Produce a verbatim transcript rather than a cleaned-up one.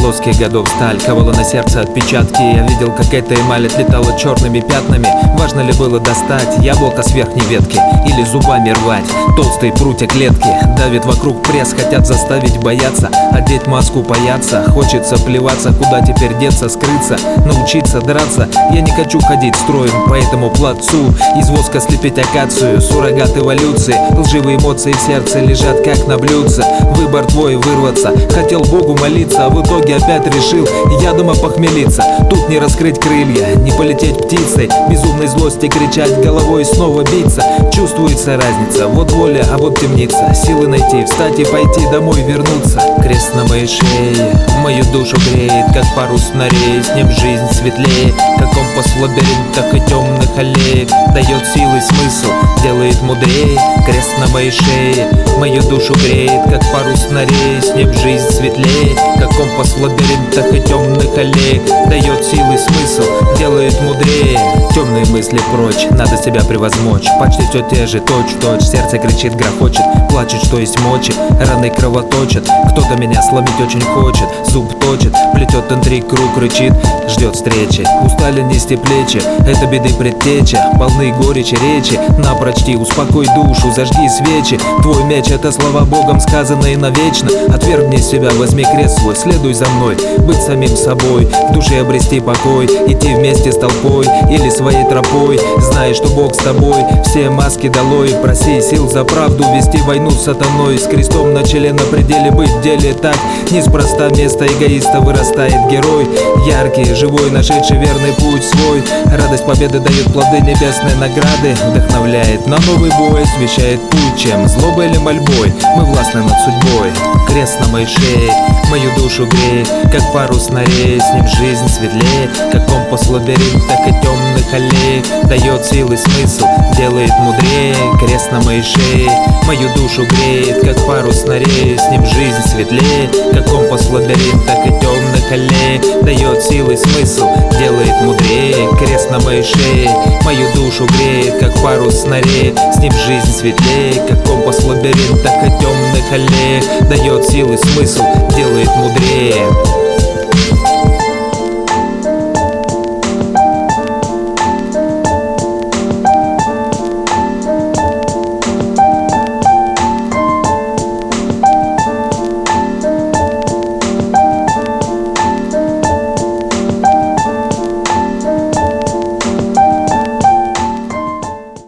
полоски годов сталь ковала на сердце отпечатки. Я видел, как эта эмаль отлетала черными пятнами. Важно ли было достать яблоко с верхней ветки или зубами рвать толстые прутья клетки? Давит вокруг пресс, хотят заставить бояться, одеть маску бояться. Хочется плеваться, куда теперь деться, скрыться, научиться драться. Я не хочу ходить строем по этому плацу, из воска слепить акацию, суррогат эволюции. Лживые эмоции в сердце лежат как на блюдце. Выбор твой вырваться, хотел Богу молиться, а в итоге опять решил ядом опохмелиться. Тут не раскрыть крылья, не полететь птицей, безумной злости кричать, головой снова биться. Чувствуется разница, вот воля, а вот темница. Силы найти, встать и пойти домой вернуться. Крест на моей шее мою душу греет, как парус на рее. С ним жизнь светлее, как компас в лабиринтах и темных аллеях. Дает силы смысл, делает мудрее. Крест на моей шее мою душу греет, как парус на рее. С ним жизнь светлее, как компас в лабиринтах и темных аллеях. Дает силы смысл, делает мудрее. Темные мысли прочь, надо себя превозмочь. Почти все те же, точь-в-точь. Сердце кричит, грохочет, плачет, что есть мочи. Раны кровоточат, кто-то меня сломить очень хочет. Зуб точит, плетет интриг, круг рычит, ждет встречи. Устали нести плечи, это беды предтеча. Полны горечи речи, напрочти, успокой душу, зажги свечи. Твой меч — это слова Богом сказанные навечно. Отвергни себя, возьми крест свой, следуй за мной. Быть самим собой, в душе обрести покой, идти вместе с толпой или своей тропой. Знай, что Бог с тобой, все маски долой. Проси сил за правду, вести войну с сатаной. С крестом на челе, на пределе, быть в деле так. Неспроста вместо эгоиста вырастает герой. Яркий, живой, нашедший верный путь свой. Радость победы дает плоды небесной награды. Вдохновляет на новый бой, освещает путь, чем злобой или мольбой. Мы властны над судьбой. Крест на моей шее мою душу греет, как парус на рее. С ним жизнь светлее, как компас в лабиринтах и темных аллеях. Дает силы смысл, делает мудрее. Крест на моей шее мою душу греет, как парус на рее. С ним жизнь светлее, как компас в лабиринтах и темных аллеях. Дает силы смысл, делает мудрее. Крест на моей шее мою душу греет, как парус на рее. С ним жизнь светлее, как компас в лабиринтах и темных аллеях. Дает силы смысл, делает мудрее.